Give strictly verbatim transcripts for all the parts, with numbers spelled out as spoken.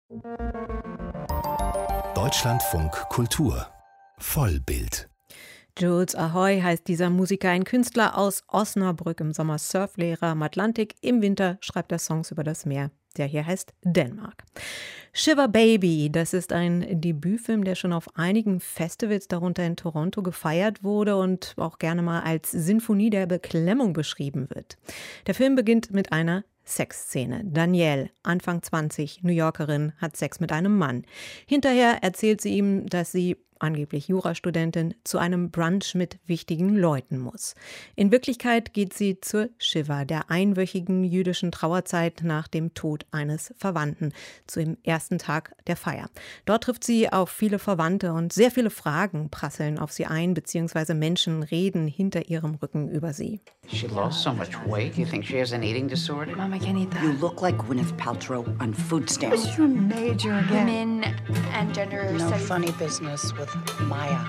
Deutschlandfunk Kultur Vollbild. Jules Ahoy heißt dieser Musiker, ein Künstler aus Osnabrück, im Sommer Surflehrer am Atlantik, im Winter schreibt er Songs über das Meer. Der hier heißt Denmark. Shiver Baby, das ist ein Debütfilm, der schon auf einigen Festivals, darunter in Toronto, gefeiert wurde und auch gerne mal als Sinfonie der Beklemmung beschrieben wird. Der Film beginnt mit einer Sexszene. Danielle, Anfang zwanzig, New Yorkerin, hat Sex mit einem Mann. Hinterher erzählt sie ihm, dass sie, angeblich Jurastudentin, zu einem Brunch mit wichtigen Leuten muss. In Wirklichkeit geht sie zur Shiva, der einwöchigen jüdischen Trauerzeit nach dem Tod eines Verwandten, zu dem ersten Tag der Feier. Dort trifft sie auf viele Verwandte und sehr viele Fragen prasseln auf sie ein, beziehungsweise Menschen reden hinter ihrem Rücken über sie. She lost so much weight. Do you think she has an eating disorder? Mom, I can't eat that. You look like Gwyneth Paltrow on food stamps. What's your major again? Women and gender No studies. funny business with Maya.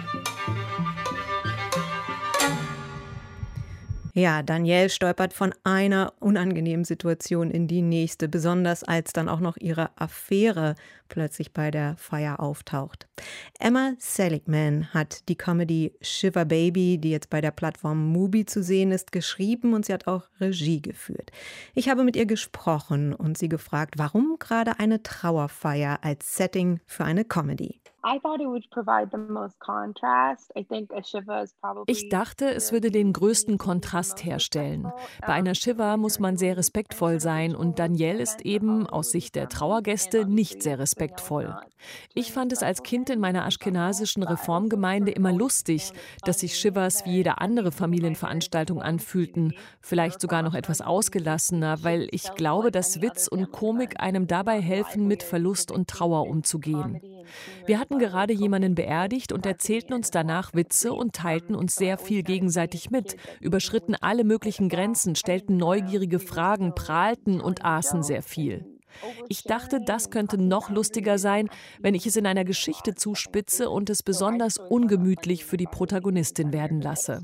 Ja, Danielle stolpert von einer unangenehmen Situation in die nächste, besonders als dann auch noch ihre Affäre plötzlich bei der Feier auftaucht. Emma Seligman hat die Comedy Shiver Baby, die jetzt bei der Plattform Mubi zu sehen ist, geschrieben und sie hat auch Regie geführt. Ich habe mit ihr gesprochen und sie gefragt, warum gerade eine Trauerfeier als Setting für eine Comedy. Ich dachte, es würde den größten Kontrast herstellen. Bei einer Shiva muss man sehr respektvoll sein und Danielle ist eben aus Sicht der Trauergäste nicht sehr respektvoll. Ich fand es als Kind in meiner aschkenasischen Reformgemeinde immer lustig, dass sich Shivas wie jede andere Familienveranstaltung anfühlten, vielleicht sogar noch etwas ausgelassener, weil ich glaube, dass Witz und Komik einem dabei helfen, mit Verlust und Trauer umzugehen. Wir hatten gerade jemanden beerdigt und erzählten uns danach Witze und teilten uns sehr viel gegenseitig mit, überschritten alle möglichen Grenzen, stellten neugierige Fragen, prahlten und aßen sehr viel. Ich dachte, das könnte noch lustiger sein, wenn ich es in einer Geschichte zuspitze und es besonders ungemütlich für die Protagonistin werden lasse.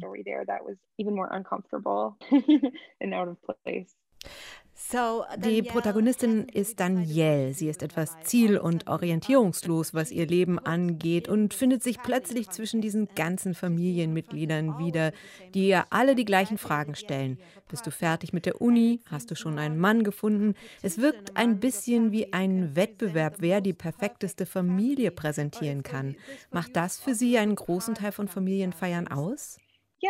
Die Protagonistin ist Danielle. Sie ist etwas ziel- und orientierungslos, was ihr Leben angeht und findet sich plötzlich zwischen diesen ganzen Familienmitgliedern wieder, die ihr alle die gleichen Fragen stellen. Bist du fertig mit der Uni? Hast du schon einen Mann gefunden? Es wirkt ein bisschen wie ein Wettbewerb, wer die perfekteste Familie präsentieren kann. Macht das für Sie einen großen Teil von Familienfeiern aus?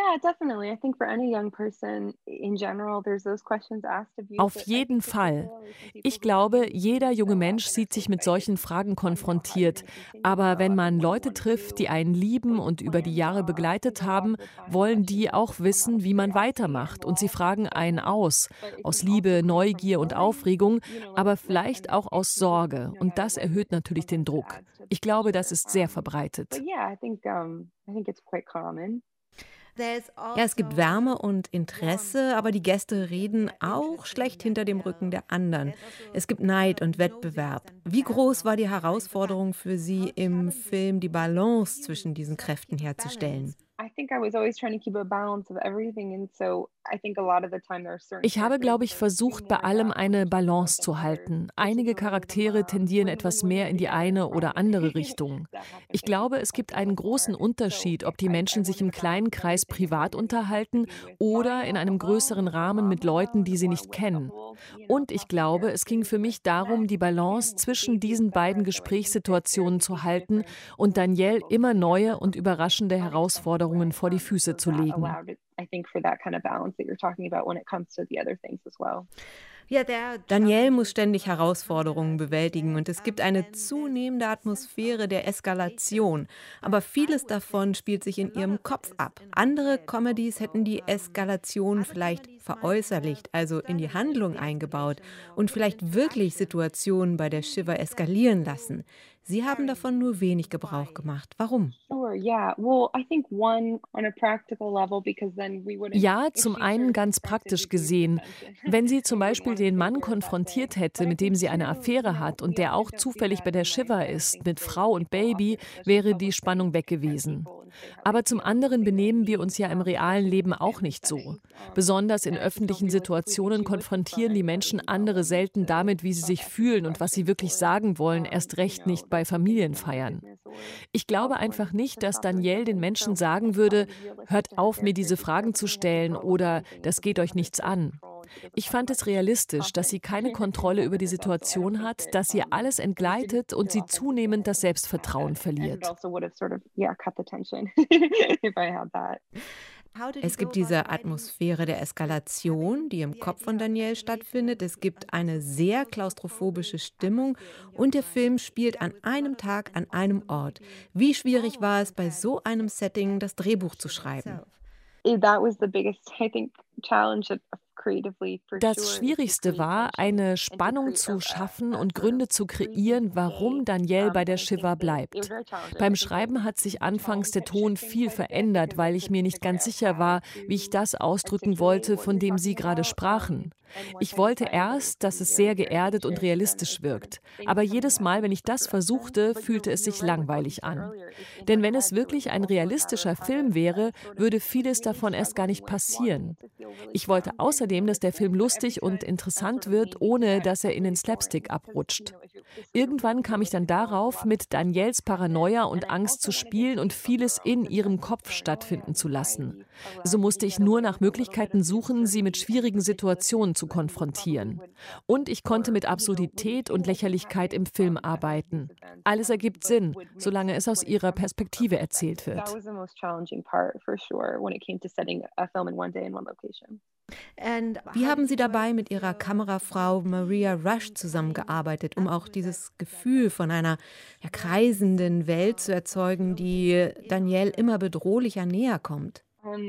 Auf jeden Fall. Ich glaube, jeder junge Mensch sieht sich mit solchen Fragen konfrontiert. Aber wenn man Leute trifft, die einen lieben und über die Jahre begleitet haben, wollen die auch wissen, wie man weitermacht. Und sie fragen einen aus. Aus Liebe, Neugier und Aufregung, aber vielleicht auch aus Sorge. Und das erhöht natürlich den Druck. Ich glaube, das ist sehr verbreitet. Ja, es gibt Wärme und Interesse, aber die Gäste reden auch schlecht hinter dem Rücken der anderen. Es gibt Neid und Wettbewerb. Wie groß war die Herausforderung für Sie im Film, die Balance zwischen diesen Kräften herzustellen? Ich habe, glaube ich, versucht, bei allem eine Balance zu halten. Einige Charaktere tendieren etwas mehr in die eine oder andere Richtung. Ich glaube, es gibt einen großen Unterschied, ob die Menschen sich im kleinen Kreis privat unterhalten oder in einem größeren Rahmen mit Leuten, die sie nicht kennen. Und ich glaube, es ging für mich darum, die Balance zwischen diesen beiden Gesprächssituationen zu halten und Danielle immer neue und überraschende Herausforderungen vor die Füße zu legen. Danielle muss ständig Herausforderungen bewältigen und es gibt eine zunehmende Atmosphäre der Eskalation. Aber vieles davon spielt sich in ihrem Kopf ab. Andere Comedies hätten die Eskalation vielleicht veräußerlicht, also in die Handlung eingebaut und vielleicht wirklich Situationen bei der Shiva eskalieren lassen. Sie haben davon nur wenig Gebrauch gemacht. Warum? Ja, zum einen ganz praktisch gesehen. Wenn sie zum Beispiel den Mann konfrontiert hätte, mit dem sie eine Affäre hat und der auch zufällig bei der Shiva ist, mit Frau und Baby, wäre die Spannung weg gewesen. Aber zum anderen benehmen wir uns ja im realen Leben auch nicht so. Besonders in öffentlichen Situationen konfrontieren die Menschen andere selten damit, wie sie sich fühlen und was sie wirklich sagen wollen, erst recht nicht bei Familienfeiern. Ich glaube einfach nicht, dass Danielle den Menschen sagen würde, hört auf, mir diese Fragen zu stellen oder das geht euch nichts an. Ich fand es realistisch, dass sie keine Kontrolle über die Situation hat, dass ihr alles entgleitet und sie zunehmend das Selbstvertrauen verliert. Es gibt diese Atmosphäre der Eskalation, die im Kopf von Danielle stattfindet. Es gibt eine sehr klaustrophobische Stimmung und der Film spielt an einem Tag an einem Ort. Wie schwierig war es, bei so einem Setting das Drehbuch zu schreiben? That was the biggest, I think, challenge of Das Schwierigste war, eine Spannung zu schaffen und Gründe zu kreieren, warum Danielle bei der Shiva bleibt. Beim Schreiben hat sich anfangs der Ton viel verändert, weil ich mir nicht ganz sicher war, wie ich das ausdrücken wollte, von dem Sie gerade sprachen. Ich wollte erst, dass es sehr geerdet und realistisch wirkt. Aber jedes Mal, wenn ich das versuchte, fühlte es sich langweilig an. Denn wenn es wirklich ein realistischer Film wäre, würde vieles davon erst gar nicht passieren. Ich wollte außerdem, dass der Film lustig und interessant wird, ohne dass er in den Slapstick abrutscht. Irgendwann kam ich dann darauf, mit Danielles Paranoia und Angst zu spielen und vieles in ihrem Kopf stattfinden zu lassen. So musste ich nur nach Möglichkeiten suchen, sie mit schwierigen Situationen zu konfrontieren. Und ich konnte mit Absurdität und Lächerlichkeit im Film arbeiten. Alles ergibt Sinn, solange es aus ihrer Perspektive erzählt wird. Wie haben Sie dabei mit Ihrer Kamerafrau Maria Rush zusammengearbeitet, um auch dieses Gefühl von einer ja, kreisenden Welt zu erzeugen, die Danielle immer bedrohlicher näher kommt?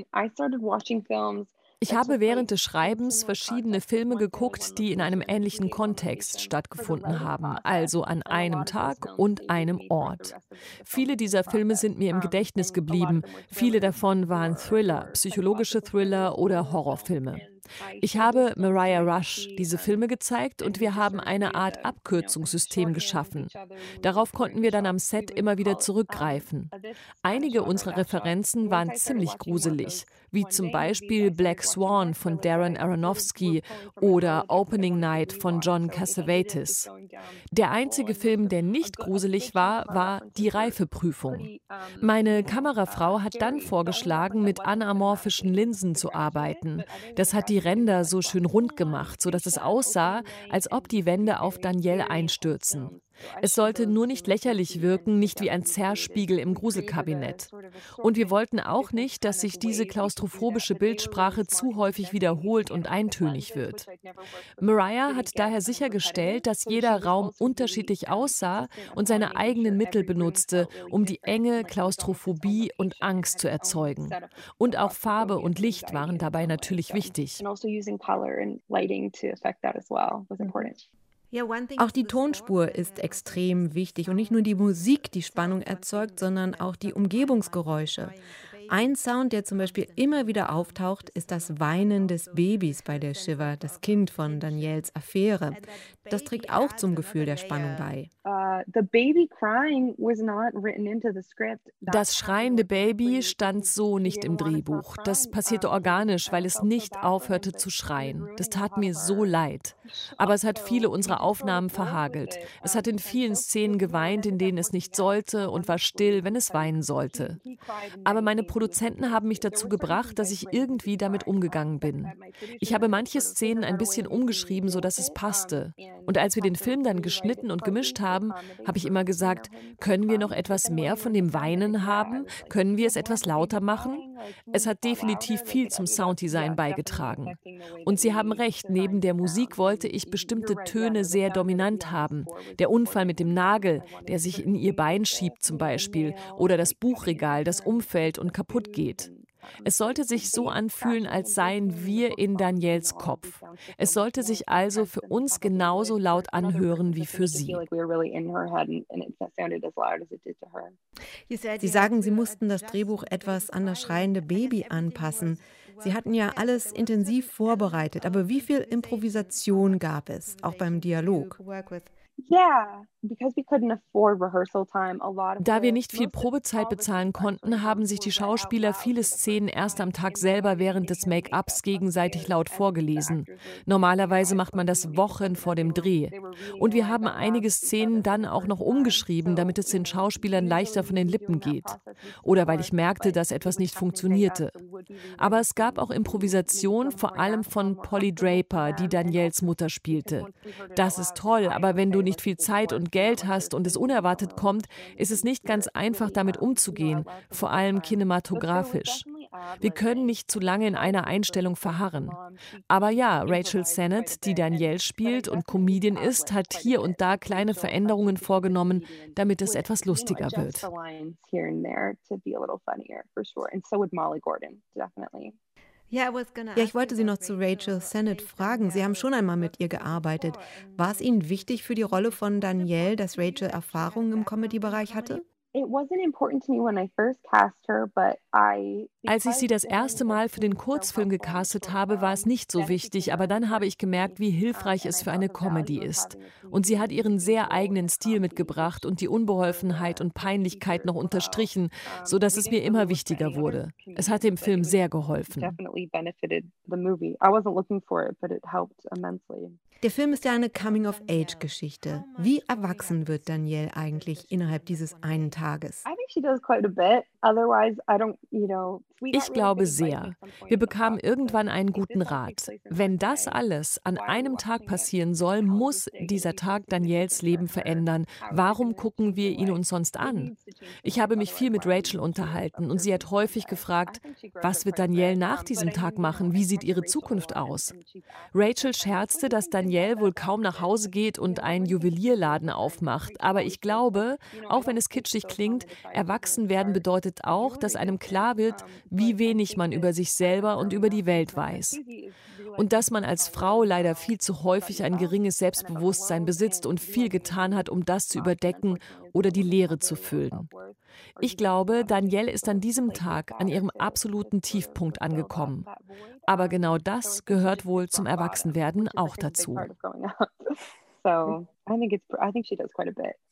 Ich habe während des Schreibens verschiedene Filme geguckt, die in einem ähnlichen Kontext stattgefunden haben, also an einem Tag und einem Ort. Viele dieser Filme sind mir im Gedächtnis geblieben. Viele davon waren Thriller, psychologische Thriller oder Horrorfilme. Ich habe Mariah Rush diese Filme gezeigt und wir haben eine Art Abkürzungssystem geschaffen. Darauf konnten wir dann am Set immer wieder zurückgreifen. Einige unserer Referenzen waren ziemlich gruselig, wie zum Beispiel Black Swan von Darren Aronofsky oder Opening Night von John Cassavetes. Der einzige Film, der nicht gruselig war, war Die Reifeprüfung. Meine Kamerafrau hat dann vorgeschlagen, mit anamorphischen Linsen zu arbeiten. Das hat die Ränder so schön rund gemacht, sodass es aussah, als ob die Wände auf Danielle einstürzen. Es sollte nur nicht lächerlich wirken, nicht wie ein Zerrspiegel im Gruselkabinett. Und wir wollten auch nicht, dass sich diese klaustrophobische Bildsprache zu häufig wiederholt und eintönig wird. Mariah hat daher sichergestellt, dass jeder Raum unterschiedlich aussah und seine eigenen Mittel benutzte, um die Enge, Klaustrophobie und Angst zu erzeugen. Und auch Farbe und Licht waren dabei natürlich wichtig. Auch die Tonspur ist extrem wichtig und nicht nur die Musik, die Spannung erzeugt, sondern auch die Umgebungsgeräusche. Ein Sound, der zum Beispiel immer wieder auftaucht, ist das Weinen des Babys bei der Shiva, das Kind von Danielles Affäre. Das trägt auch zum Gefühl der Spannung bei. Das schreiende Baby stand so nicht im Drehbuch. Das passierte organisch, weil es nicht aufhörte zu schreien. Das tat mir so leid. Aber es hat viele unserer Aufnahmen verhagelt. Es hat in vielen Szenen geweint, in denen es nicht sollte, und war still, wenn es weinen sollte. Aber meine Produzenten haben mich dazu gebracht, dass ich irgendwie damit umgegangen bin. Ich habe manche Szenen ein bisschen umgeschrieben, sodass es passte. Und als wir den Film dann geschnitten und gemischt haben, habe ich immer gesagt, können wir noch etwas mehr von dem Weinen haben? Können wir es etwas lauter machen? Es hat definitiv viel zum Sounddesign beigetragen. Und Sie haben recht, neben der Musik wollte ich bestimmte Töne sehr dominant haben. Der Unfall mit dem Nagel, der sich in ihr Bein schiebt zum Beispiel, oder das Buchregal, das umfällt und kaputt geht. Es sollte sich so anfühlen, als seien wir in Danielles Kopf. Es sollte sich also für uns genauso laut anhören wie für sie. Sie sagen, Sie mussten das Drehbuch etwas an das schreiende Baby anpassen. Sie hatten ja alles intensiv vorbereitet, aber wie viel Improvisation gab es, auch beim Dialog? Yeah. Da wir nicht viel Probezeit bezahlen konnten, haben sich die Schauspieler viele Szenen erst am Tag selber während des Make-ups gegenseitig laut vorgelesen. Normalerweise macht man das Wochen vor dem Dreh. Und wir haben einige Szenen dann auch noch umgeschrieben, damit es den Schauspielern leichter von den Lippen geht. Oder weil ich merkte, dass etwas nicht funktionierte. Aber es gab auch Improvisation, vor allem von Polly Draper, die Danielles Mutter spielte. Das ist toll, aber wenn du nicht viel Zeit und Geld hast und es unerwartet kommt, ist es nicht ganz einfach, damit umzugehen, vor allem kinematografisch. Wir können nicht zu lange in einer Einstellung verharren. Aber ja, Rachel Sennett, die Danielle spielt und Comedian ist, hat hier und da kleine Veränderungen vorgenommen, damit es etwas lustiger wird. Ja, ich wollte Sie noch zu Rachel Sennett fragen. Sie haben schon einmal mit ihr gearbeitet. War es Ihnen wichtig für die Rolle von Danielle, dass Rachel Erfahrungen im Comedy-Bereich hatte? Als ich sie das erste Mal für den Kurzfilm gecastet habe, war es nicht so wichtig, aber dann habe ich gemerkt, wie hilfreich es für eine Comedy ist. Und sie hat ihren sehr eigenen Stil mitgebracht und die Unbeholfenheit und Peinlichkeit noch unterstrichen, sodass es mir immer wichtiger wurde. Es hat dem Film sehr geholfen. Der Film ist ja eine Coming-of-Age-Geschichte. Wie erwachsen wird Danielle eigentlich innerhalb dieses einen Tages? Ich glaube sehr. Wir bekamen irgendwann einen guten Rat. Wenn das alles an einem Tag passieren soll, muss dieser Tag Danielles Leben verändern. Warum gucken wir ihn uns sonst an? Ich habe mich viel mit Rachel unterhalten und sie hat häufig gefragt, was wird Danielle nach diesem Tag machen? Wie sieht ihre Zukunft aus? Rachel scherzte, dass Danielle wohl kaum nach Hause geht und einen Juwelierladen aufmacht. Aber ich glaube, auch wenn es kitschig klingt, erwachsen werden bedeutet auch, dass einem klar wird, wie wenig man über sich selber und über die Welt weiß. Und dass man als Frau leider viel zu häufig ein geringes Selbstbewusstsein besitzt und viel getan hat, um das zu überdecken oder die Leere zu füllen. Ich glaube, Danielle ist an diesem Tag an ihrem absoluten Tiefpunkt angekommen. Aber genau das gehört wohl zum Erwachsenwerden auch dazu. So I think it's I think she does quite a bit.